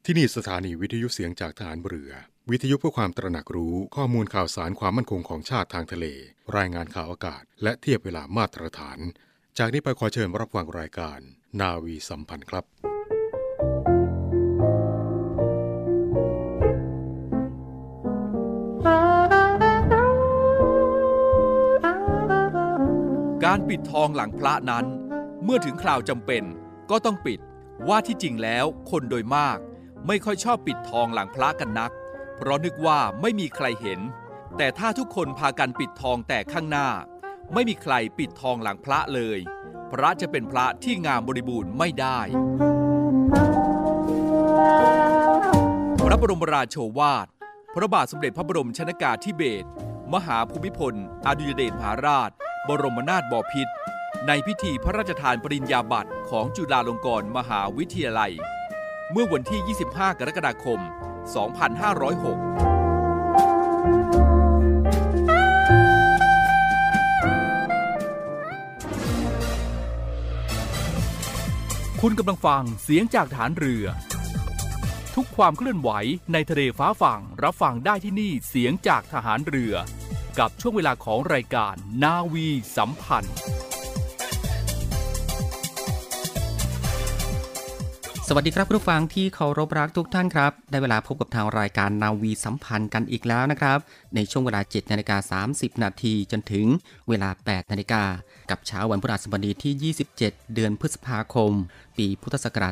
ที่นี่สถานีวิทยุเสียงจากทหารเรือวิทยุเพื่อความตระหนักรู้ข้อมูลข่าวสารความมั่นคงของชาติทางทะเลรายงานข่าวอากาศและเทียบเวลามาตรฐานจากนี้ไปขอเชิญรับฟังรายการนาวีสัมพันธ์ครับการปิดทองหลังพระนั้นเมื่อถึงคราวจำเป็นก็ต้องปิดว่าที่จริงแล้วคนโดยมากไม่ค่อยชอบปิดทองหลังพระกันนักเพราะนึกว่าไม่มีใครเห็นแต่ถ้าทุกคนพากันปิดทองแต่ข้างหน้าไม่มีใครปิดทองหลังพระเลยพระจะเป็นพระที่งามบริบูรณ์ไม่ได้พระบรมราโชวาทพระบาทสมเด็จพระบรมชนกาธิเบศรมหาภูมิพลอดุลยเดชมหาราชบรมนาถบพิตรในพิธีพระราชทานปริญญาบัตรของจุฬาลงกรณ์มหาวิทยาลัยเมื่อวันที่ 25 กรกฎาคม 2506 คุณกำลังฟังเสียงจากฐานเรือทุกความเคลื่อนไหวในทะเลฟ้าฝั่งรับฟังได้ที่นี่เสียงจากทหารเรือกับช่วงเวลาของรายการนาวีสัมพันธ์สวัสดีครับผู้ฟังที่เคารพรักทุกท่านครับได้เวลาพบกับทางรายการนาวีสัมพันธ์กันอีกแล้วนะครับในช่วงเวลา 7:30 นาทีจนถึงเวลา 8 นาฬิกากับเช้าวันพฤหัสบดีที่ 27 เดือนพฤษภาคมปีพุทธศักราช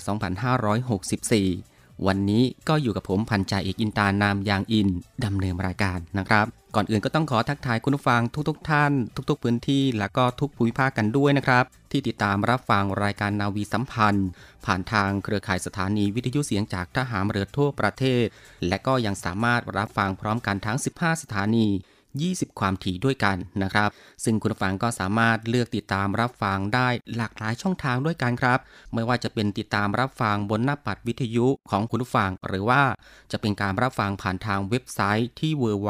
2564 วันนี้ก็อยู่กับผมพันจ่าเอกอินตานามยางอินดำเนินรายการนะครับก่อนอื่นก็ต้องขอทักทายคุณผู้ฟังทุกท่านทุกพื้นที่และก็ทุกภูมิภาคกันด้วยนะครับที่ติดตามรับฟังรายการนาวีสัมพันธ์ผ่านทางเครือข่ายสถานีวิทยุเสียงจากทหารเรือทั่วประเทศและก็ยังสามารถรับฟังพร้อมกันทั้ง15สถานี20ความถี่ด้วยกันนะครับซึ่งคุณผู้ฟังก็สามารถเลือกติดตามรับฟังได้หลากหลายช่องทางด้วยกันครับไม่ว่าจะเป็นติดตามรับฟังบนหน้าปัดวิทยุของคุณผู้ฟังหรือว่าจะเป็นการรับฟังผ่านทางเว็บไซต์ที่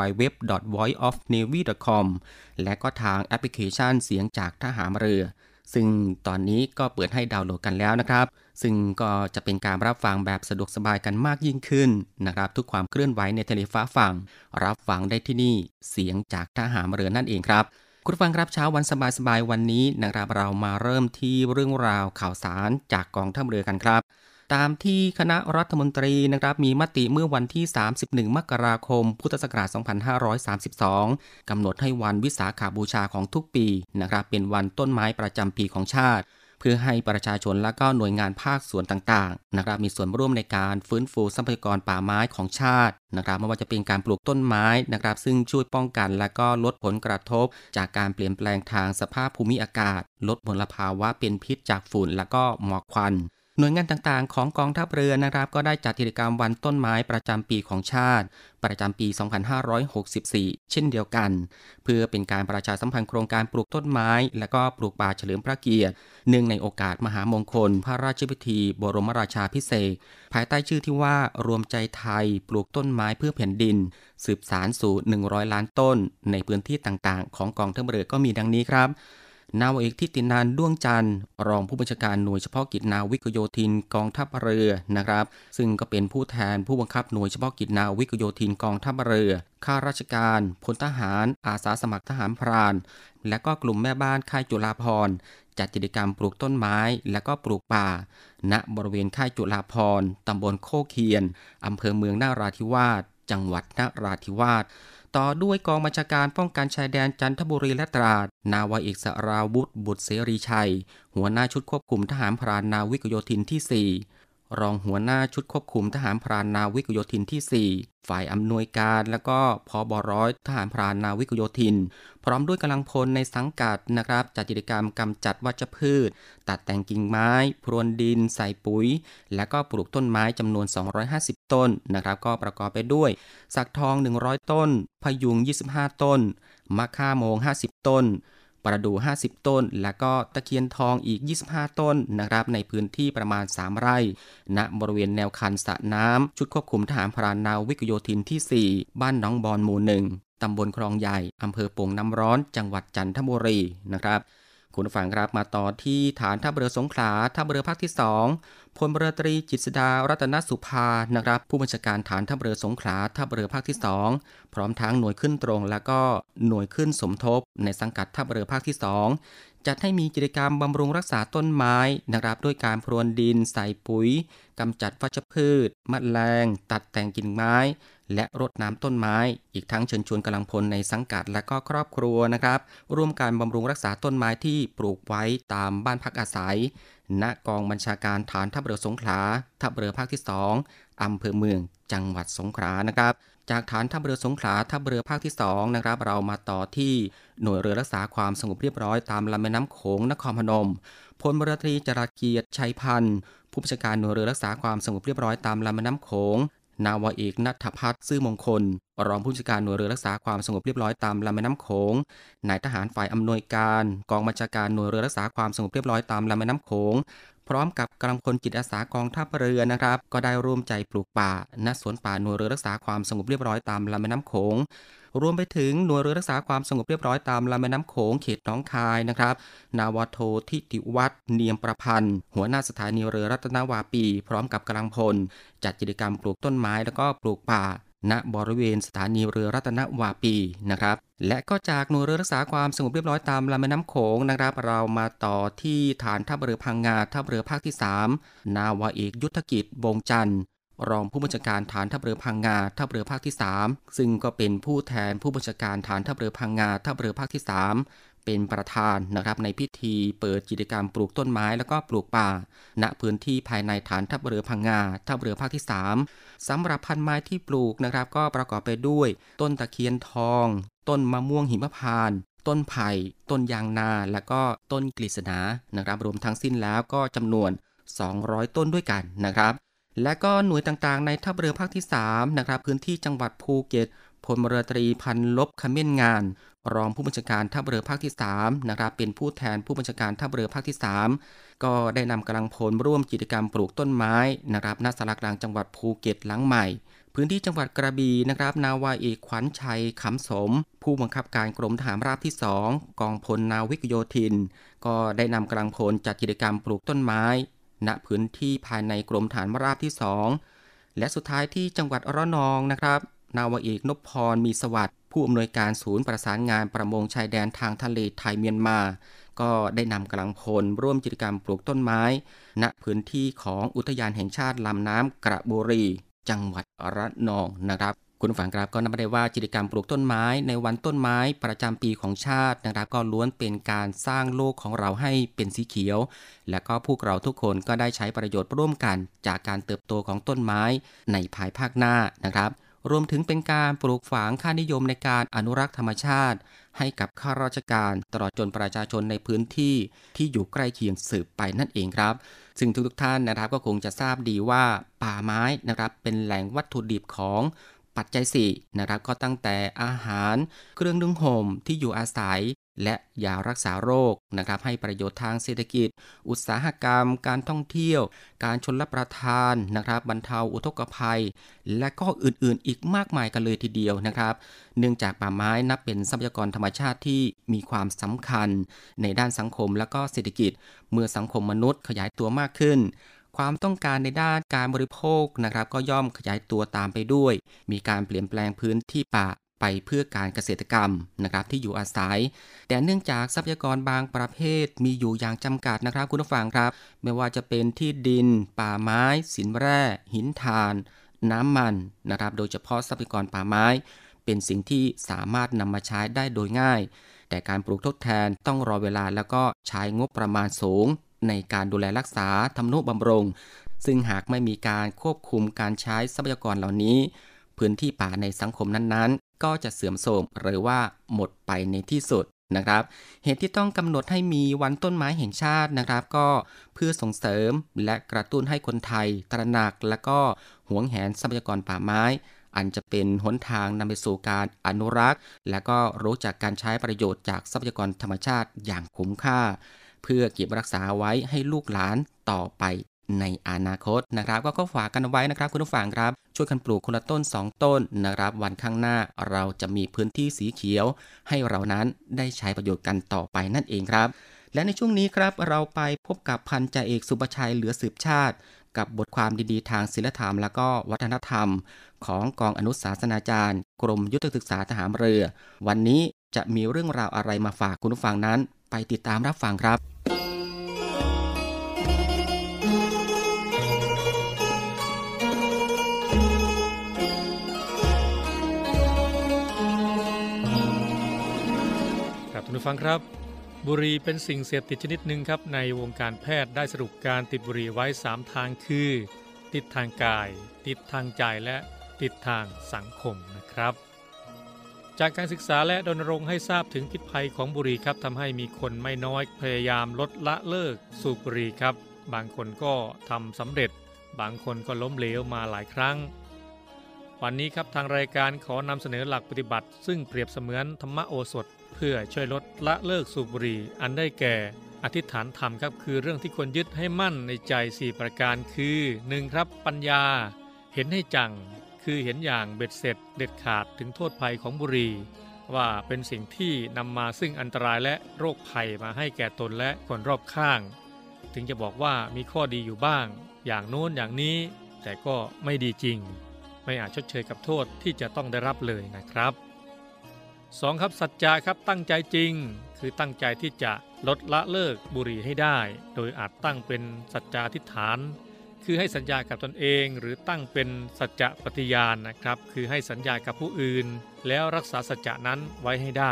www.voiceofnavy.com และก็ทางแอปพลิเคชันเสียงจากทหารเรือซึ่งตอนนี้ก็เปิดให้ดาวน์โหลดกันแล้วนะครับซึ่งก็จะเป็นการรับฟังแบบสะดวกสบายกันมากยิ่งขึ้นนะครับทุกความเคลื่อนไหวในทะเลฟ้าฝั่งรับฟังได้ที่นี่เสียงจากทหารเรือนั่นเองครับคุณผู้ฟังครับเช้าวันสบายๆวันนี้นะครับเรามาเริ่มที่เรื่องราวข่าวสารจากกองทัพเรือกันครับตามที่คณะรัฐมนตรีนะครับมีมติเมื่อวันที่31มกราคมพุทธศักราช2532กำหนดให้วันวิสาขบูชาของทุกปีนะครับเป็นวันต้นไม้ประจำปีของชาติเพื่อให้ประชาชนและก็หน่วยงานภาคส่วนต่างๆนะครับมีส่วนร่วมในการฟื้นฟูทรัพยากรป่าไม้ของชาตินะครับไม่ว่าจะเป็นการปลูกต้นไม้นะครับซึ่งช่วยป้องกันและก็ลดผลกระทบจากการเปลี่ยนแปลงทางสภาพภูมิอากาศลดมลภาวะเป็นพิษจากฝุ่นและก็หมอกควันหน่วยงานต่างๆของกองทัพเรือนะครับก็ได้จัดกิจกรรมวันต้นไม้ประจำปีของชาติประจำปี 2564 เช่นเดียวกันเพื่อเป็นการประชาสัมพันธ์โครงการปลูกต้นไม้และก็ปลูกป่าเฉลิมพระเกียรติเนื่องในโอกาสมหามงคลพระราชพิธีบรมราชาภิเษกภายใต้ชื่อที่ว่ารวมใจไทยปลูกต้นไม้เพื่อแผ่นดินสืบสานสู่100 ล้านต้นในพื้นที่ต่างๆของกองทัพเรือก็มีดังนี้ครับนาวาเอกทิตินันท์ด้วงจันทร์รองผู้บัญชาการหน่วยเฉพาะกิจนาวิกโยธินกองทัพเรือนะครับซึ่งก็เป็นผู้แทนผู้บังคับหน่วยเฉพาะกิจนาวิกโยธินกองทัพเรือข้าราชการพลทหารอาสาสมัครทหารพรานและก็กลุ่มแม่บ้านค่ายจุฬาภรณ์จัดกิจกรรมปลูกต้นไม้และก็ปลูกป่าณบริเวณค่ายจุฬาภรณ์ตำบลโคเคียนอำเภอเมืองนราธิวาสจังหวัดนราธิวาสต่อด้วยกองบัญชาการป้องกันชายแดนจันทบุรีและตราดนาวาเอกสราวุธบุตรเสรีชัยหัวหน้าชุดควบคุมทหารพรานนาวิกโยธินที่4รองหัวหน้าชุดควบคุมทหารพรานนาวิกโยธินที่4ฝ่ายอำนวยการและก็ผบ.ร้อยทหารพรานนาวิกโยธินพร้อมด้วยกำลังพลในสังกัดนะครับจัดกิจกรรมกำจัดวัชพืชตัดแต่งกิ่งไม้พรวนดินใส่ปุ๋ยและก็ปลูกต้นไม้จำนวน250ต้นนะครับก็ประกอบไปด้วยสักทอง100ต้นพยุง25ต้นมะข่าโมง50ต้นประดู่50ต้นและก็ตะเคียนทองอีก25ต้นนะครับในพื้นที่ประมาณ3ไร่ณบริเวณแนวคันสระน้ำชุดควบคุมทหารพรานนาวิกโยธินที่4บ้านหนองบอนหมู่1ตำบลคลองใหญ่อำเภอโป่งน้ำร้อนจังหวัดจันทบุรีนะครับคุณผู้ฟังครับมาต่อที่ฐานทัพเรือสงขลาทัพเรือภาคที่2 พลเรือตรีจิตรสดารัตนสุภานะครับผู้บัญชาการฐานทัพเรือสงขลาทัพเรือภาคที่2พร้อมทั้งหน่วยขึ้นตรงและก็หน่วยขึ้นสมทบในสังกัดทัพเรือภาคที่2จัดให้มีกิจกรรมบำรุงรักษาต้นไม้นะครับด้วยการพรวนดินใส่ปุ๋ยกำจัดวัชพืชแมลงตัดแต่งกิ่งไม้และรดน้ำต้นไม้อีกทั้งเชิญชวนกำลังพลในสังกัดและก็ครอบครัวนะครับร่วมการบำรุงรักษาต้นไม้ที่ปลูกไว้ตามบ้านพักอาศัยณกองบัญชาการฐานทัพเรือสงขลาทัพเรือภาคที่2อำเภอเมืองจังหวัดสงขลานะครับจากฐานทัพเรือสงขลาทัพเรือภาคที่2นะครับเรามาต่อที่หน่วยเรือรักษาความสงบเรียบร้อยตามลำแม่น้ำโขงนครพนมพลเรือตรีจรัสเกียรติชัยพันธ์ผู้บัญชาการหน่วยเรือรักษาความสงบเรียบร้อยตามลำแม่น้ำโขงนาวาเอกณัฐพัฒน์ซื่อมงคลรองผู้บัญชาการหน่วยเรือรักษาความสงบเรียบร้อยตามลำแม่น้ำโขงนายทหารฝ่ายอำนวยการกองบัญชาการหน่วยเรือรักษาความสงบเรียบร้อยตามลำแม่น้ำโขงพร้อมกับกำลังพลจิตอาสากองทัพเรือนะครับก็ได้ร่วมใจปลูกป่าณสวนป่าหน่วยเรือรักษาความสงบเรียบร้อยตามลำแม่น้ำโขงรวมไปถึงหน่วยเรือรักษาความสงบเรียบร้อยตามลำแม่น้ำโขงเขตหนองคายนะครับนาวาโททิติวัฒน์เนียมประพันธ์หัวหน้าสถานีเรือรัตนวาปีพร้อมกับกำลังพลจัดกิจกรรมปลูกต้นไม้แล้วก็ปลูกป่าณบริเวณสถานีเรือรัตนวาปีนะครับและก็จากหน่วยเรือรักษาความสงบเรียบร้อยตามลำแม่น้ำโขงนะครับเรามาต่อที่ฐานทัพเรือพังงาทัพเรือภาคที่3นาวาเอกยุทธกิจวงจันทร์รองผู้บัญชาการฐานทัพเรือพังงาทัพเรือภาคที่3ซึ่งก็เป็นผู้แทนผู้บัญชาการฐานทัพเรือพังงาทัพเรือภาคที่3เป็นประธานนะครับในพิธีเปิดกิจกรรมปลูกต้นไม้แล้วก็ปลูกป่าณพื้นที่ภายในฐานทัพเรือพังงาทัพเรือภาคที่3สำหรับพันธุ์ไม้ที่ปลูกนะครับก็ประกอบไปด้วยต้นตะเคียนทองต้นมะม่วงหิมพานต์ต้นไผ่ต้นยางนาและก็ต้นกฤษณานะครับรวมทั้งสิ้นแล้วก็จำนวน200ต้นด้วยกันนะครับและก็หน่วยต่างๆในทัพเรือภาคที่3นะครับพื้นที่จังหวัดภูเก็ตพลเรือตรีพันลบขมิ้นงานรองผู้บัญชาการทัพเรือภาคที่3นะครับเป็นผู้แทนผู้บัญชาการทัพเรือภาคที่3ก็ได้นำกำลังพลร่วมกิจกรรมปลูกต้นไม้นะครับณศาลากลางจังหวัดภูเก็ตหลังใหม่พื้นที่จังหวัดกระบี่นะครับนาวาเอกขวัญชัยขำสมผู้บังคับการกรมทหารราบที่2กองพลนาวิกโยธินก็ได้นำกำลังพลจัดกิจกรรมปลูกต้นไม้ณพื้นที่ภายในกรมฐานราบที่2และสุดท้ายที่จังหวัดระนองนะครับนาวาเอกนพพรมีสวัสดิ์ผู้อำนวยการศูนย์ประสานงานประมงชายแดนทางทะเลไทยเมียนมาก็ได้นำกำลังพลร่วมกิจกรรมปลูกต้นไม้ณพื้นที่ของอุทยานแห่งชาติลำน้ำกระบุรีจังหวัดระนองนะครับคุณผู้ฟังครับก็นับได้ว่ากิจกรรมปลูกต้นไม้ในวันต้นไม้ประจำปีของชาตินะครับก็ล้วนเป็นการสร้างโลกของเราให้เป็นสีเขียวและก็พวกเราทุกคนก็ได้ใช้ประโยชน์ร่วมกันจากการเติบโตของต้นไม้ในภายภาคหน้านะครับรวมถึงเป็นการปลูกฝังค่านิยมในการอนุรักษ์ธรรมชาติให้กับข้าราชการตลอดจนประชาชนในพื้นที่ที่อยู่ใกล้เคียงสืบไปนั่นเองครับซึ่งทุกท่านนะครับก็คงจะทราบดีว่าป่าไม้นะครับเป็นแหล่งวัตถุดิบของปัจจัย4นะครับก็ตั้งแต่อาหารเครื่องนึ่งห่มที่อยู่อาศัยและยารักษาโรคนะครับให้ประโยชน์ทางเศรษฐกิจอุตสาหกรรมการท่องเที่ยวการชลประทานนะครับบรรเทาอุทกภัยและก็อื่นๆอีกมากมายกันเลยทีเดียวนะครับเนื่องจากป่าไม้นับเป็นทรัพยากรธรรมชาติที่มีความสำคัญในด้านสังคมและก็เศรษฐกิจเมื่อสังคมมนุษย์ขยายตัวมากขึ้นความต้องการในด้านการบริโภคนะครับก็ย่อมขยายตัวตามไปด้วยมีการเปลี่ยนแปลงพื้นที่ป่าไปเพื่อการเกษตรกรรมนะครับที่อยู่อาศัยแต่เนื่องจากทรัพยากรบางประเภทมีอยู่อย่างจำกัดนะครับคุณผู้ฟังครับไม่ว่าจะเป็นที่ดินป่าไม้สินแร่หินถ่านน้ำมันนะครับโดยเฉพาะทรัพยากรป่าไม้เป็นสิ่งที่สามารถนำมาใช้ได้โดยง่ายแต่การปลูกทดแทนต้องรอเวลาแล้วก็ใช้งบประมาณสูงในการดูแลรักษาทำนุบำรุงซึ่งหากไม่มีการควบคุมการใช้ทรัพยากรเหล่านี้พื้นที่ป่าในสังคมนั้นๆก็จะเสื่อมโทรมหรือว่าหมดไปในที่สุดนะครับเหตุที่ต้องกำหนดให้มีวันต้นไม้แห่งชาตินะครับก็เพื่อส่งเสริมและกระตุ้นให้คนไทยตระหนักและก็หวงแหนทรัพยากรป่าไม้อันจะเป็นหนทางนำไปสู่การอนุรักษ์และก็รู้จักการใช้ประโยชน์จากทรัพยากรธรรมชาติอย่างคุ้มค่าเพื่อเก็บรักษาไว้ให้ลูกหลานต่อไปในอนาคตนะครับก็ฝากกันไว้นะครับคุณผู้ฟังครับช่วยกันปลูกคนละต้น2ต้นนะครับวันข้างหน้าเราจะมีพื้นที่สีเขียวให้เรานั้นได้ใช้ประโยชน์กันต่อไปนั่นเองครับและในช่วงนี้ครับเราไปพบกับพันจ่าเอกสุภชัยเหลือสืบชาติกับบทความดีๆทางศิลธรรมและก็วัฒนธรรมของกองอนุศาสนาจารย์กรมยุทธศึกษาทหารเรือวันนี้จะมีเรื่องราวอะไรมาฝากคุณผู้ฟังนั้นไปติดตามรับฟังครับท่านผู้ฟังครับบุหรี่เป็นสิ่งเสพติดชนิดหนึ่งครับในวงการแพทย์ได้สรุปการติดบุหรี่ไว้3ทางคือติดทางกายติดทางใจและติดทางสังคมนะครับจากการศึกษาและรณรงค์ให้ทราบถึงพิษภัยของบุหรี่ครับทำให้มีคนไม่น้อยพยายามลดละเลิกสูบบุหรี่ครับบางคนก็ทำสำเร็จบางคนก็ล้มเหลวมาหลายครั้งวันนี้ครับทางรายการขอนำเสนอหลักปฏิบัติซึ่งเปรียบเสมือนธรรมโอสถเพื่อช่วยลดละเลิกสูบบุหรี่อันได้แก่อธิษฐานธรรมครับคือเรื่องที่ควรยึดให้มั่นในใจ4ประการคือ 1. ครับปัญญาเห็นให้จังคือเห็นอย่างเบ็ดเสร็จเด็ดขาดถึงโทษภัยของบุหรี่ว่าเป็นสิ่งที่นำมาซึ่งอันตรายและโรคภัยมาให้แก่ตนและคนรอบข้างถึงจะบอกว่ามีข้อดีอยู่บ้างอย่างโน้นอย่างนี้แต่ก็ไม่ดีจริงไม่อาจชดเชยกับโทษที่จะต้องได้รับเลยนะครับ 2. ครับสัจจะครับตั้งใจจริงคือตั้งใจที่จะลดละเลิกบุหรี่ให้ได้โดยอาจตั้งเป็นสัจจาธิษฐานคือให้สัญญากับตนเองหรือตั้งเป็นสัจจะปฏิญาณนะครับคือให้สัญญากับผู้อื่นแล้วรักษาสัจจะนั้นไว้ให้ได้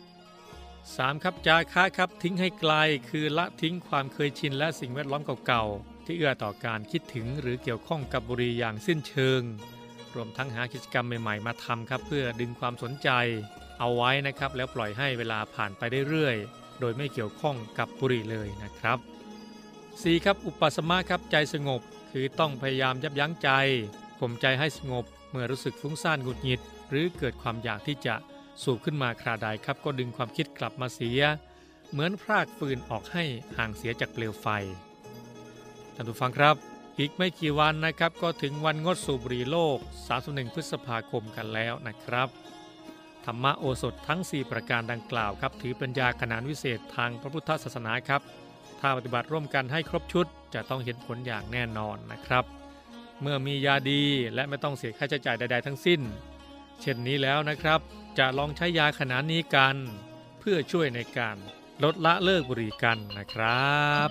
3. ครับจาคะครับทิ้งให้ไกลคือละทิ้งความเคยชินและสิ่งแวดล้อมเก่าๆที่เอื้อต่อการคิดถึงหรือเกี่ยวข้องกับบุหรี่อย่างสิ้นเชิงรวมทั้งหากิจกรรมใหม่ๆมาทำครับเพื่อดึงความสนใจเอาไว้นะครับแล้วปล่อยให้เวลาผ่านไปเรื่อยๆโดยไม่เกี่ยวข้องกับบุหรี่เลยนะครับ 4. ครับอุปสมะครับใจสงบคือต้องพยายามยับยั้งใจข่มใจให้สงบเมื่อรู้สึกฟุ้งซ่านหงุดหงิดหรือเกิดความอยากที่จะสูบขึ้นมาคราใดครับก็ดึงความคิดกลับมาเสียเหมือนพรากฟืนออกให้ห่างเสียจากเปลวไฟท่านผู้ฟังครับอีกไม่กี่วันนะครับก็ถึงวันงดสูบบุหรี่โลก31พฤษภาคมกันแล้วนะครับธรรมโอสถทั้ง4ประการดังกล่าวครับถือเป็นยาขนานวิเศษทางพระพุทธศาสนาครับถ้าปฏิบัติร่วมกันให้ครบชุดจะต้องเห็นผลอย่างแน่นอนนะครับเมื่อมียาดีและไม่ต้องเสียค่าใช้จ่ายใดๆทั้งสิ้นเช่นนี้แล้วนะครับจะลองใช้ยาขนานนี้กันเพื่อช่วยในการลดละเลิกบุหรี่กันนะครับ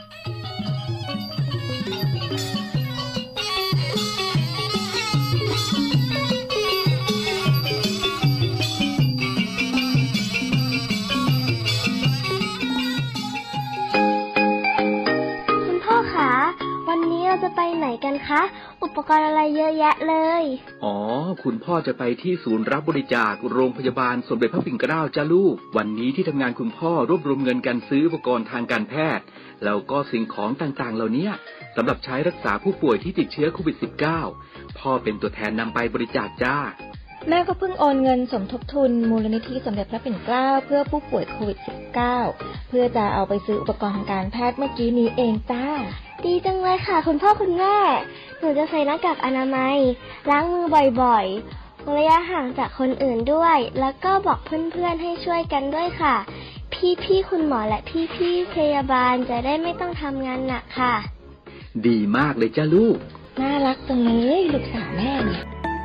จะไปไหนกันคะอุปกรณ์อะไรเยอะแยะเลยอ๋อคุณพ่อจะไปที่ศูนย์รับบริจาคโรงพยาบาลสมเด็จพระปิ่นเกล้าจ้าลูกวันนี้ที่ทำงานคุณพ่อรวบรวมเงินกันซื้ออุปกรณ์ทางการแพทย์แล้วก็สิ่งของต่างๆเหล่านี้สำหรับใช้รักษาผู้ป่วยที่ติดเชื้อโควิด -19 พ่อเป็นตัวแทนนำไปบริจาคจ้าแม่ก็เพิ่งโอนเงินสมทบทุนมูลนิธิสมเด็จพระปิ่นเกล้าเพื่อผู้ป่วยโควิด -19 เพื่อจะเอาไปซื้ออุปกรณ์ทางการแพทย์เมื่อกี้นี้เองจ้าดีจังเลยค่ะคุณพ่อคุณแม่หนูจะใส่หน้ากากอนามัยล้างมือบ่อยๆระยะห่างจากคนอื่นด้วยแล้วก็บอกเพื่อนๆให้ช่วยกันด้วยค่ะพี่ๆคุณหมอและพี่ๆพยาบาลจะได้ไม่ต้องทำงานหนักค่ะดีมากเลยจ้าลูกน่ารักจังเลยลูกสาวแม่เนี่ย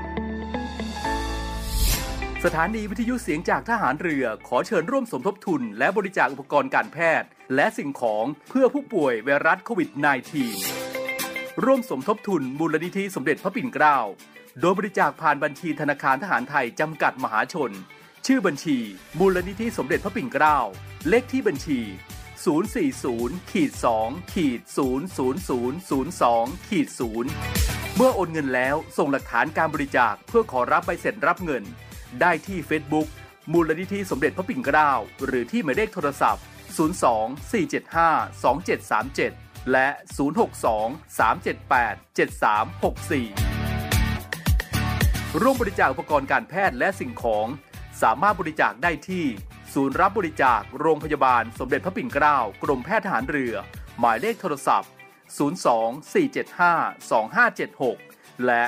สถานีวิทยุเสียงจากทหารเรือขอเชิญร่วมสมทบทุนและบริจาคอุปกรณ์การแพทย์และสิ่งของเพื่อผู้ป่วยไวรัสโควิด -19 ร่วมสมทบทุนมูลนิธิสมเด็จพระปิ่นเกล้าโดยบริจาคผ่านบัญชีธนาคารทหารไทยจำกัดมหาชนชื่อบัญชีมูลนิธิสมเด็จพระปิ่นเกล้าเลขที่บัญชี 040-2-00002-0 เมื่อโอนเงินแล้วส่งหลักฐานการบริจาคเพื่อขอรับใบเสร็จรับเงินได้ที่ Facebook มูลนิธิสมเด็จพระปิ่นเกล้าหรือที่หมายเลขโทรศัพท์02-475-2737 และ 062-378-7364 ร่วมบริจาคอุปกรณ์การแพทย์และสิ่งของสามารถบริจาคได้ที่ศูนย์รับบริจาคโรงพยาบาลสมเด็จพระปิ่นเกล้ากรมแพทย์ทหารเรือหมายเลขโทรศัพท์ 02475-2576 และ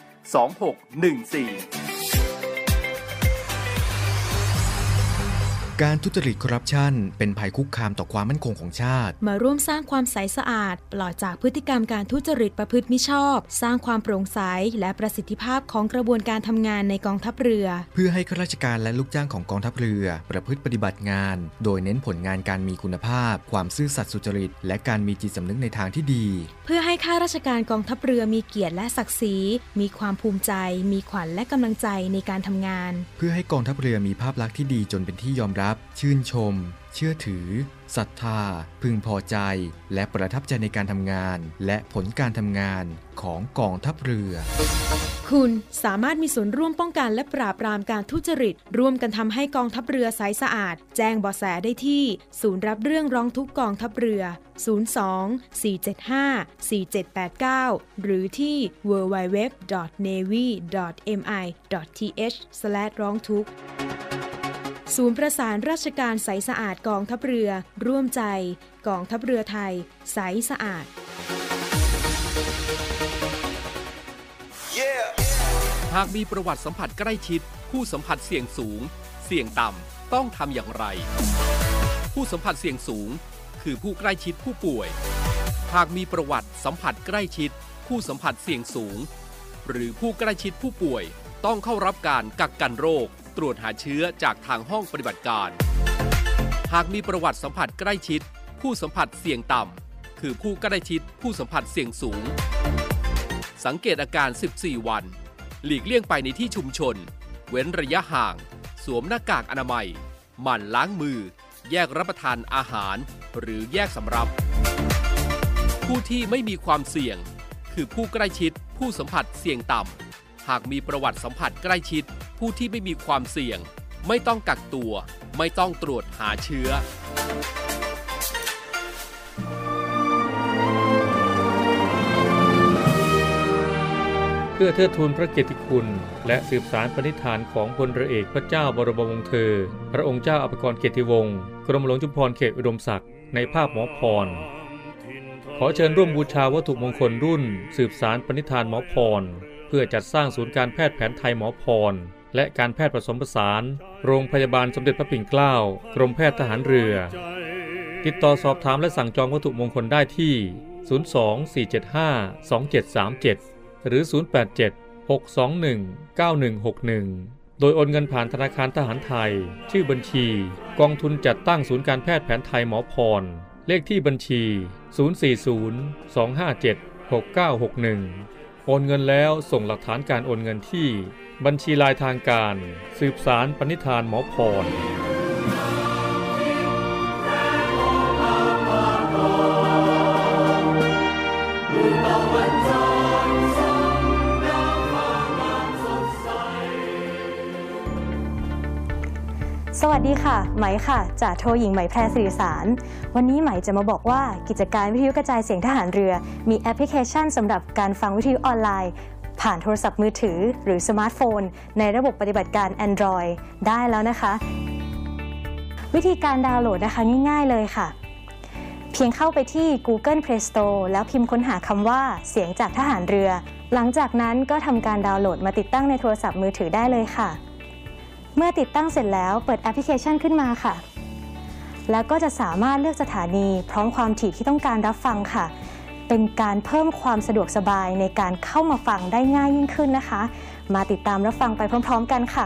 063-442-2614 การทุจริตคอร์รัปชันเป็นภัยคุกคามต่อความมั่นคงของชาติมาร่วมสร้างความใสสะอาดปลอดจากพฤติกรรมการทุจริตประพฤติมิชอบ สร้างความโปร่งใสและประสิทธิภาพของกระบวนการทำงานในกองทัพเรือเพื่อให้ข้าราชการและลูกจ้างของกองทัพเรือประพฤติปฏิบัติงานโดยเน้นผลงานการมีคุณภาพความซื่อสัตย์สุจริตและการมีจิตสำนึกในทางที่ดีเพื่อให้ข้าราชการกองทัพเรือมีเกียรติและศักดิ์ศรีมีความภูมิใจมีขวัญและกำลังใจในการทำงานเพื่อให้กองทัพเรือมีภาพลักษณ์ที่ดีจนเป็นที่ยอมรับชื่นชมเชื่อถือศรัทธาพึงพอใจและประทับใจในการทำงานและผลการทำงานของกองทัพเรือคุณสามารถมีส่วนร่วมป้องกันและปราบปรามการทุจริตร่วมกันทำให้กองทัพเรือใสสะอาดแจ้งเบาะแสได้ที่ศูนย์รับเรื่องร้องทุกข์กองทัพเรือ02-475-4789 หรือที่ www.navy.mi.th/ร้องทุกข์ศูนย์ประสานราชการใสสะอาดกองทัพเรือร่วมใจกองทัพเรือไทยใสสะอาดหากมีประวัติสัมผัสใกล้ชิดผู้สัมผัสเสี่ยงสูงเสี่ยงต่ำต้องทำอย่างไรผู้สัมผัสเสี่ยงสูงคือผู้ใกล้ชิดผู้ป่วยหากมีประวัติสัมผัสใกล้ชิดผู้สัมผัสเสี่ยงสูงหรือผู้ใกล้ชิดผู้ป่วยต้องเข้ารับการกักกันโรคตรวจหาเชื้อจากทางห้องปฏิบัติการหากมีประวัติสัมผัสใกล้ชิดผู้สัมผัสเสี่ยงต่ำคือผู้ใกล้ชิดผู้สัมผัสเสี่ยงสูงสังเกตอาการ14วันหลีกเลี่ยงไปในที่ชุมชนเว้นระยะห่างสวมหน้ากากอนามัยหมั่นล้างมือแยกรับประทานอาหารหรือแยกสำรับผู้ที่ไม่มีความเสี่ยงคือผู้ใกล้ชิดผู้สัมผัสเสี่ยงต่ำหากมีประวัติสัมผัสใกล้ชิดผู้ที่ไม่มีความเสี่ยงไม่ต้องกักตัวไม่ต้องตรวจหาเชื้อเพื่อเทิดทูนพระเกียรติคุณและสืบสานปณิธานของพลเรือเอกพระเจ้าบรมวงศ์เธอพระองค์เจ้าอภากรเกียรติวงศ์กรมหลวงชุมพรเขตอุดมศักดิ์ในภาพหมอพรขอเชิญร่วมบูชาวัตถุมงคลรุ่นสืบสานปณิธานหมอพรเพื่อจัดสร้างศูนย์การแพทย์แผนไทยหมอพรและการแพทย์ผสมผสานโรงพยาบาลสมเด็จพระปิ่นเกล้ากรมแพทย์ทหารเรือติดต่อสอบถามและสั่งจองวัตถุมงคลได้ที่02-475-2737หรือ087-621-9161โดยโอนเงินผ่านธนาคารทหารไทยชื่อบัญชีกองทุนจัดตั้งศูนย์การแพทย์แผนไทยหมอพรเลขที่บัญชี040-257-6961โอนเงินแล้วส่งหลักฐานการโอนเงินที่บัญชีลายทางการสืบสารปณิธานหมอพรสวัสดีค่ะไหมค่ะจากโทหญิงไหมแพรสื่อสารวันนี้ไหมจะมาบอกว่ากิจการวิทยุกระจายเสียงทหารเรือมีแอปพลิเคชันสำหรับการฟังวิทยุออนไลน์ผ่านโทรศัพท์มือถือหรือสมาร์ทโฟนในระบบปฏิบัติการ Android ได้แล้วนะคะวิธีการดาวน์โหลดนะคะง่ายๆเลยค่ะเพียงเข้าไปที่ Google Play Store แล้วพิมพ์ค้นหาคำว่าเสียงจากทหารเรือหลังจากนั้นก็ทำการดาวน์โหลดมาติดตั้งในโทรศัพท์มือถือได้เลยค่ะเมื่อติดตั้งเสร็จแล้วเปิดแอปพลิเคชันขึ้นมาค่ะแล้วก็จะสามารถเลือกสถานีพร้อมความถี่ที่ต้องการรับฟังค่ะเป็นการเพิ่มความสะดวกสบายในการเข้ามาฟังได้ง่ายยิ่งขึ้นนะคะมาติดตามรับฟังไปพร้อมๆกันค่ะ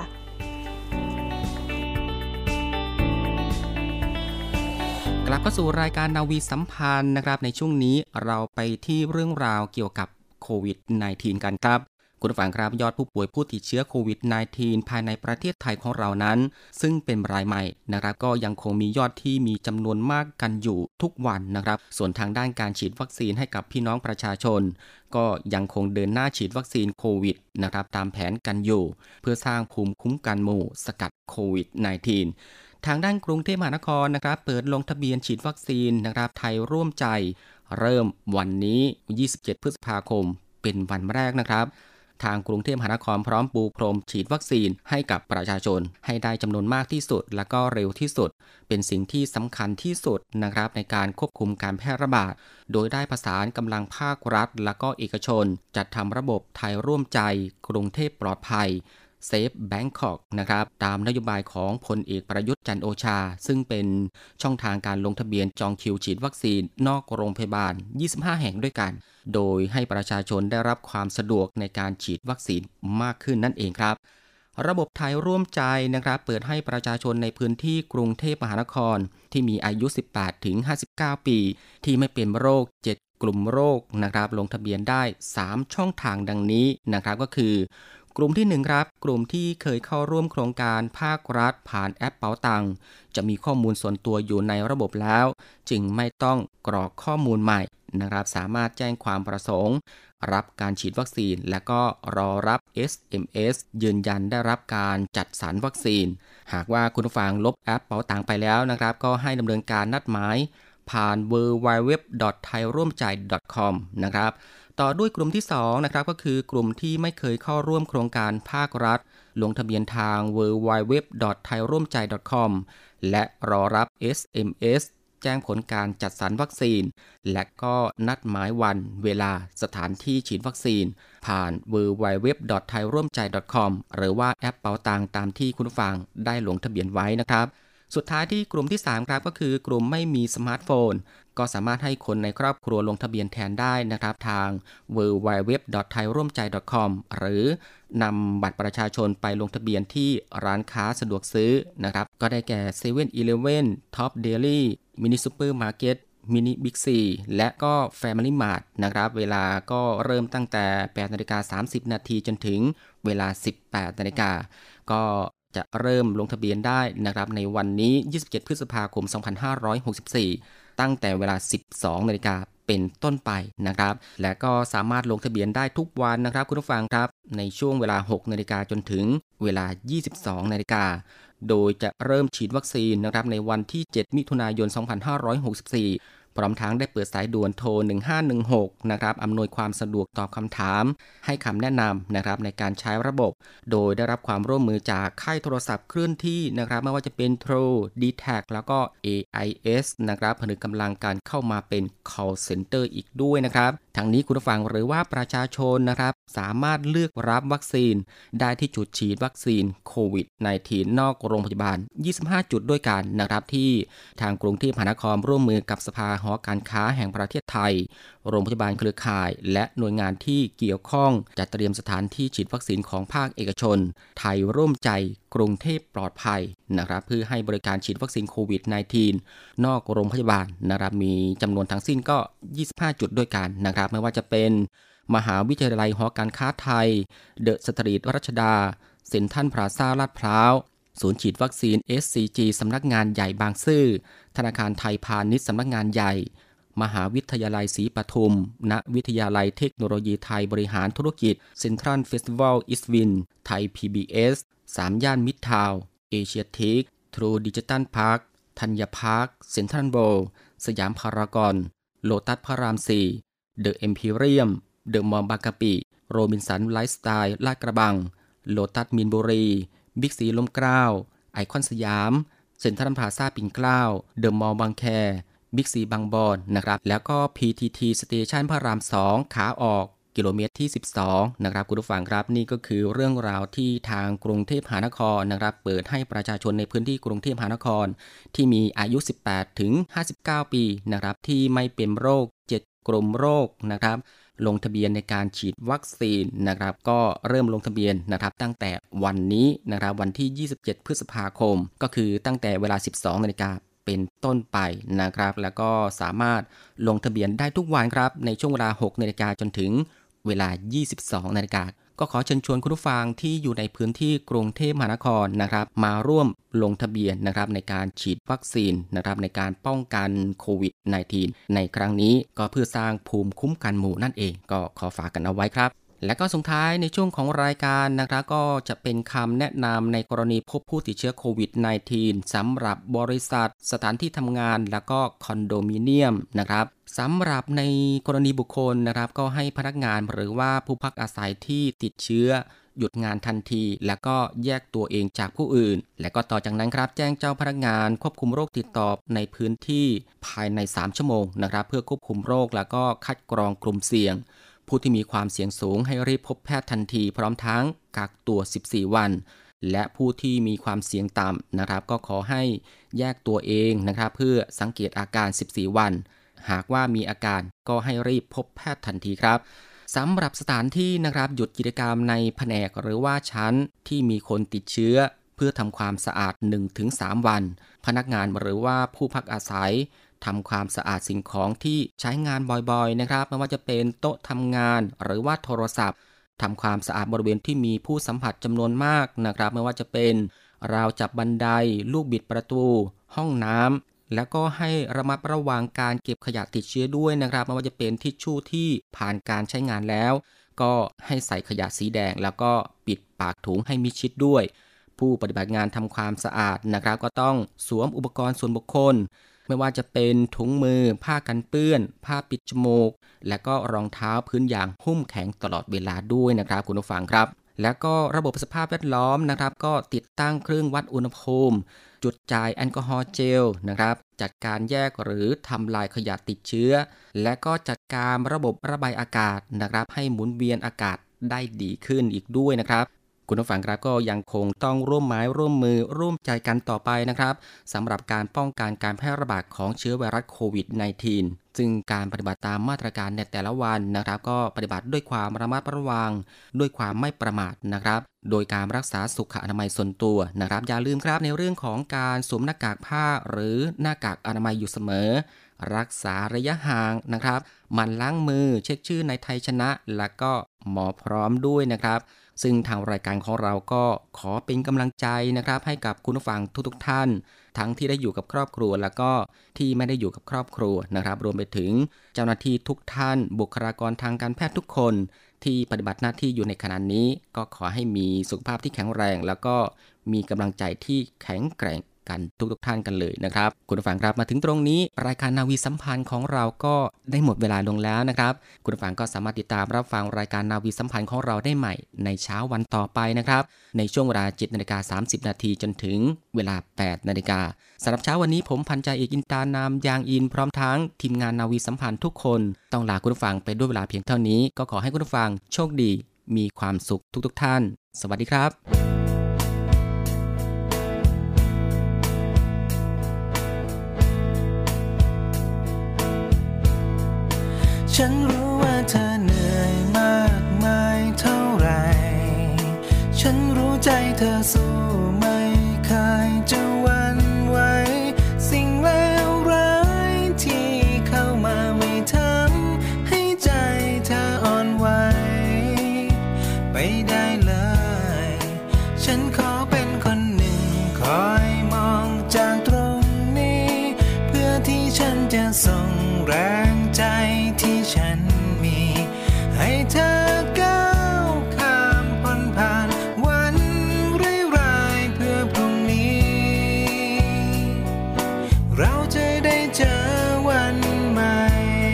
กลับเข้าสู่รายการนาวีสัมพันธ์นะครับในช่วงนี้เราไปที่เรื่องราวเกี่ยวกับโควิด -19 กันครับคุณผู้ฟังครับยอดผู้ป่วยผู้ติดเชื้อโควิด -19 ภายในประเทศไทยของเรานั้นซึ่งเป็นรายใหม่นะครับก็ยังคงมียอดที่มีจำนวนมากกันอยู่ทุกวันนะครับส่วนทางด้านการฉีดวัคซีนให้กับพี่น้องประชาชนก็ยังคงเดินหน้าฉีดวัคซีนโควิดนะครับตามแผนกันอยู่เพื่อสร้างภูมิคุ้มกันหมู่สกัดโควิด -19 ทางด้านกรุงเทพมหานครนะครับเปิดลงทะเบียนฉีดวัคซีนนะครับไทยร่วมใจเริ่มวันนี้27พฤษภาคมเป็นวันแรกนะครับทางกรุงเทพมหานครพร้อมปูพรมฉีดวัคซีนให้กับประชาชนให้ได้จำนวนมากที่สุดและก็เร็วที่สุดเป็นสิ่งที่สำคัญที่สุดนะครับในการควบคุมการแพร่ระบาดโดยได้ประสานกำลังภาครัฐและก็เอกชนจัดทำระบบไทยร่วมใจกรุงเทพปลอดภัย Safe Bangkok นะครับตามนโยบายของพลเอกประยุทธ์จันทร์โอชาซึ่งเป็นช่องทางการลงทะเบียนจองคิวฉีดวัคซีนนอกโรงพยาบาล25แห่งด้วยกันโดยให้ประชาชนได้รับความสะดวกในการฉีดวัคซีนมากขึ้นนั่นเองครับระบบไทยร่วมใจนะครับเปิดให้ประชาชนในพื้นที่กรุงเทพมหานครที่มีอายุ 18-59 ปีที่ไม่เป็นโรค7กลุ่มโรคนะครับลงทะเบียนได้3ช่องทางดังนี้นะครับก็คือกลุ่มที่1ครับกลุ่มที่เคยเข้าร่วมโครงการภาครัฐผ่านแอปเป๋าตังจะมีข้อมูลส่วนตัวอยู่ในระบบแล้วจึงไม่ต้องกรอกข้อมูลใหม่นะครับสามารถแจ้งความประสงค์รับการฉีดวัคซีนและก็รอรับ SMS ยืนยันได้รับการจัดสรรวัคซีนหากว่าคุณผู้ฟังลบแอปเป๋าตังไปแล้วนะครับก็ให้ดำเนินการนัดหมายผ่าน www.thairoomjai.com นะครับต่อด้วยกลุ่มที่2นะครับก็คือกลุ่มที่ไม่เคยเข้าร่วมโครงการภาครัฐลงทะเบียนทาง www.thairoomjai.com และรอรับ SMS แจ้งผลการจัดสรรวัคซีนและก็นัดหมายวันเวลาสถานที่ฉีดวัคซีนผ่าน www.thairoomjai.com หรือว่าแอปเป๋าตังตามที่คุณผู้ฟังได้ลงทะเบียนไว้นะครับสุดท้ายที่กลุ่มที่3ครับก็คือกลุ่มไม่มีสมาร์ทโฟนก็สามารถให้คนในครอบครัวลงทะเบียนแทนได้นะครับทาง www.thairoomjai.com หรือนำบัตรประชาชนไปลงทะเบียนที่ร้านค้าสะดวกซื้อนะครับก็ได้แก่ 7-Eleven Top Deli Mini Supermarket Mini Big C และก็ Family Mart นะครับเวลาก็เริ่มตั้งแต่ 8:30 น.จนถึงเวลา 18:00 น.ก็จะเริ่มลงทะเบียนได้นะครับในวันนี้27 พฤษภาคม 2564ตั้งแต่เวลา 12:00 น.เป็นต้นไปนะครับและก็สามารถลงทะเบียนได้ทุกวันนะครับคุณผู้ฟังครับในช่วงเวลา 6:00 น.จนถึงเวลา 22:00 น.โดยจะเริ่มฉีดวัคซีนนะครับในวันที่ 7 มิถุนายน 2564พร้อมทั้งได้เปิดสายด่วนโทร 1516 นะครับอำนวยความสะดวกตอบคำถามให้คำแนะนำนะครับในการใช้ระบบโดยได้รับความร่วมมือจากค่ายโทรศัพท์เคลื่อนที่นะครับไม่ว่าจะเป็น True D-Tag แล้วก็ AIS นะครับผนึกกำลังการเข้ามาเป็น call center อีกด้วยนะครับทั้งนี้คุณผู้ฟังหรือว่าประชาชนนะครับสามารถเลือกรับวัคซีนได้ที่จุดฉีดวัคซีนโควิด -19 นอกโรงพยาบาล25จุดด้วยกันนะครับที่ทางกรุงเทพมหานครร่วมมือกับสภาหอการค้าแห่งประเทศไทยโรงพยาบาลเครือข่ายและหน่วยงานที่เกี่ยวข้องจัดเตรียมสถานที่ฉีดวัคซีนของภาคเอกชนไทยร่วมใจกรุงเทพปลอดภัยนะครับเพื่อให้บริการฉีดวัคซีนโควิด -19 นอกโรงพยาบาลนะครับมีจำนวนทั้งสิ้นก็25จุดด้วยกันนะครับไม่ว่าจะเป็นมหาวิทยาลัยหอการค้าไทยเดอะสตรีทรัชดาเซ็นทรัลพลาซ่าลาดพร้าวศูนย์ฉีดวัคซีน SCG สำนักงานใหญ่บางซื่อธนาคารไทยพาณิชย์สำนักงานใหญ่มหาวิทยาลัยศรีปทุมณวิทยาลัยเทคโนโลยีไทยบริหารธุรกิจเซ็นทรัลเฟสติวัลอีสต์วินไทย PBS 3 ย่านมิตรทาวน์เอเชียทิกทรูดิจิทัลพาร์คธัญพาร์คเซ็นทรัลโวลด์สยามพารากอนโลตัสพระราม4เดอะเอ็มพีเรียมเดอะมอลล์บางกะปิโรบินสันไลฟ์สไตล์ลาดกระบังโลตัสมีนบุรีบิ๊กซีลมเกล้าไอคอนสยามเซ็นทรัลพลาซ่าปิ่นเกล้าเดอะมอลล์บางแคบิ๊กซีบางบอนนะครับแล้วก็ PTT สเตชันพระราม2ขาออกกิโลเมตรที่12นะครับคุณผู้ฟังครับนี่ก็คือเรื่องราวที่ทางกรุงเทพมหานครนะครับเปิดให้ประชาชนในพื้นที่กรุงเทพมหานครที่มีอายุ 18-59 ปีนะครับที่ไม่เป็นโรค7กลุ่มโรคนะครับลงทะเบียนในการฉีดวัคซีนนะครับก็เริ่มลงทะเบียนนะครับตั้งแต่วันนี้นะครับวันที่27 พฤษภาคมก็คือตั้งแต่เวลา 12:00 น.เป็นต้นไปนะครับแล้วก็สามารถลงทะเบียนได้ทุกวันครับในช่วงเวลา 6:00 น.จนถึงเวลา 22:00 น.ก็ขอเชิญชวนคุณผู้ฟังที่อยู่ในพื้นที่กรุงเทพมหานครนะครับมาร่วมลงทะเบียนนะครับในการฉีดวัคซีนนะครับในการป้องกันโควิด -19 ในครั้งนี้ก็เพื่อสร้างภูมิคุ้มกันหมู่นั่นเองก็ขอฝากกันเอาไว้ครับและก็สุดท้ายในช่วงของรายการนะครับก็จะเป็นคำแนะนำในกรณีพบผู้ติดเชื้อโควิด -19 สำหรับบริษัทสถานที่ทำงานและก็คอนโดมิเนียมนะครับสำหรับในกรณีบุคคลนะครับก็ให้พนักงานหรือว่าผู้พักอาศัยที่ติดเชื้อหยุดงานทันทีและก็แยกตัวเองจากผู้อื่นและก็ต่อจากนั้นครับแจ้งเจ้าพนักงานควบคุมโรคติดต่อในพื้นที่ภายใน3ชั่วโมงนะครับเพื่อควบคุมโรคแล้วก็คัดกรองกลุ่มเสี่ยงผู้ที่มีความเสี่ยงสูงให้รีบพบแพทย์ทันทีพร้อมทั้งกักตัว14วันและผู้ที่มีความเสี่ยงต่ำนะครับก็ขอให้แยกตัวเองนะครับเพื่อสังเกตอาการ14วันหากว่ามีอาการก็ให้รีบพบแพทย์ทันทีครับสำหรับสถานที่นะครับหยุดกิจกรรมในแผนกหรือว่าชั้นที่มีคนติดเชื้อเพื่อทำความสะอาด 1-3 วันพนักงานหรือว่าผู้พักอาศัยทำความสะอาดสิ่งของที่ใช้งานบ่อยๆนะครับไม่ว่าจะเป็นโต๊ะทำงานหรือว่าโทรศัพท์ทำความสะอาดบริเวณที่มีผู้สัมผัสจำนวนมากนะครับไม่ว่าจะเป็นราวจับบันไดลูกบิดประตูห้องน้ำแล้วก็ให้ระมัดระวังการเก็บขยะติดเชื้อด้วยนะครับไม่ว่าจะเป็นทิชชู่ที่ผ่านการใช้งานแล้วก็ให้ใส่ขยะสีแดงแล้วก็ปิดปากถุงให้มิดชิดด้วยผู้ปฏิบัติงานทำความสะอาดนะครับก็ต้องสวมอุปกรณ์ส่วนบุคคลไม่ว่าจะเป็นถุงมือผ้ากันเปื้อนผ้าปิดจมูกและก็รองเท้าพื้นยางหุ้มแข็งตลอดเวลาด้วยนะครับคุณผู้ฟังครับแล้วก็ระบบสภาพแวดล้อมนะครับก็ติดตั้งเครื่องวัดอุณหภูมิจุดจ่ายแอลกอฮอล์เจลนะครับจัดการแยกหรือทำลายขยะติดเชื้อและก็จัดการระบบระบายอากาศนะครับให้หมุนเวียนอากาศได้ดีขึ้นอีกด้วยนะครับคุณผู้ฟังครับก็ยังคงต้องร่วมไม้ร่วมมือร่วมใจกันต่อไปนะครับสำหรับการป้องกันการแพร่ระบาดของเชื้อไวรัสโควิด -19 ซึ่งการปฏิบัติตามมาตรการในแต่ละวันนะครับก็ปฏิบัติด้วยความระมัดระวังด้วยความไม่ประมาทนะครับโดยการรักษาสุขอนามัยส่วนตัวนะครับอย่าลืมครับในเรื่องของการสวมหน้ากากผ้าหรือหน้ากากอนามัยอยู่เสมอรักษาระยะห่างนะครับหมั่นล้างมือเช็คชื่อในไทยชนะและก็หมอพร้อมด้วยนะครับซึ่งทางรายการของเราก็ขอเป็นกำลังใจนะครับให้กับคุณผู้ฟังทุกๆท่านทั้งที่ได้อยู่กับครอบครัวแล้วก็ที่ไม่ได้อยู่กับครอบครัวนะครับรวมไปถึงเจ้าหน้าที่ทุกท่านบุคลากรทางการแพทย์ทุกคนที่ปฏิบัติหน้าที่อยู่ในขณะนี้ก็ขอให้มีสุขภาพที่แข็งแรงแล้วก็มีกำลังใจที่แข็งแกร่งกันทุกท่านกันเลยนะครับคุณผู้ฟังครับมาถึงตรงนี้รายการนาวีสัมพันธ์ของเราก็ได้หมดเวลาลงแล้วนะครับคุณผู้ฟังก็สามารถติดตามรับฟังรายการนาวีสัมพันธ์ของเราได้ใหม่ในเช้าวันต่อไปนะครับในช่วงเวลา 7:30 น.จนถึงเวลา 8:00 น.สำหรับเช้าวันนี้ผมพันจ่าเอกอินตานามยางอินพร้อมทั้งทีมงานนาวีสัมพันธ์ทุกคนต้องลาคุณผู้ฟังไปด้วยเวลาเพียงเท่านี้ก็ขอให้คุณผู้ฟังโชคดีมีความสุขทุกท่านสวัสดีครับฉันรู้ว่าเธอเหนื่อยมากมายเท่าไรฉันรู้ใจเธอสู้ไม่เคยจะหวั่นไหวสิ่งเลวร้ายที่เข้ามาไม่ทำให้ใจเธออ่อนไหวไปได้เลยฉันขอเป็นคนหนึ่งคอยมองจากตรงนี้เพื่อที่ฉันจะส่งแรงใจที่ฉันมีให้เธอก้าวข้ามพ้นผ่านวันร้ายๆเพื่อพรุ่งนี้เราจะได้เจอวันใหม่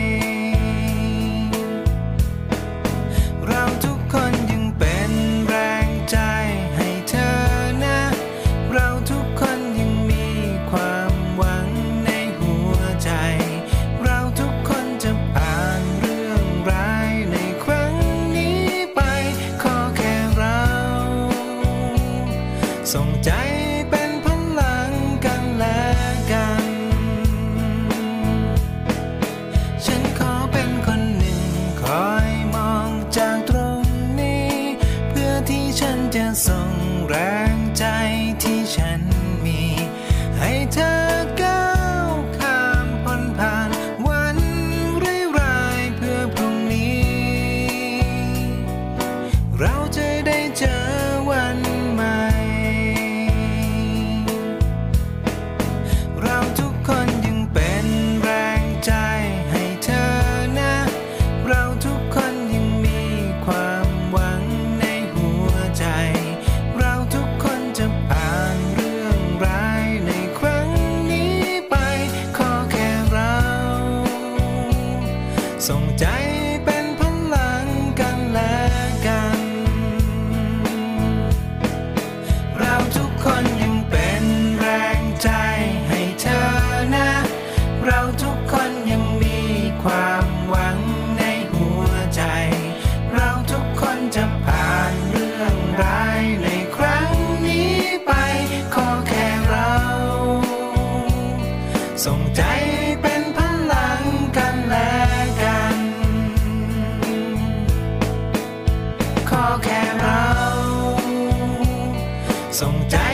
เราทุกคนยังเป็นแรงใจให้เธอนะเราทุกคนยังมีความหวังในหัวใจเราทุกคนจะผ่านเรื่องร้ายในครั้งนี้ไปขอแค่เราส่งใจเป็นพลังกันและกันฉันขอเป็นคนหนึ่งคอยมองจากตรงนี้เพื่อที่ฉันจะส่งแรงใจที่ฉันมีให้เธอก้าวข้ามพ้นผ่านวันร้ายๆเพื่อพรุ่งนี้เราจะได้เจอวันใหม่เราทุกคนยังเป็นแรงใจให้เธอนะเราทุกคนยังมีความหวังในหัวใจเราทุกคนจะผ่านเรื่องร้ายในครั้งนี้ไปขอแค่เราส่งใจเป็นพลังกันและกันแค่เราส่งใจ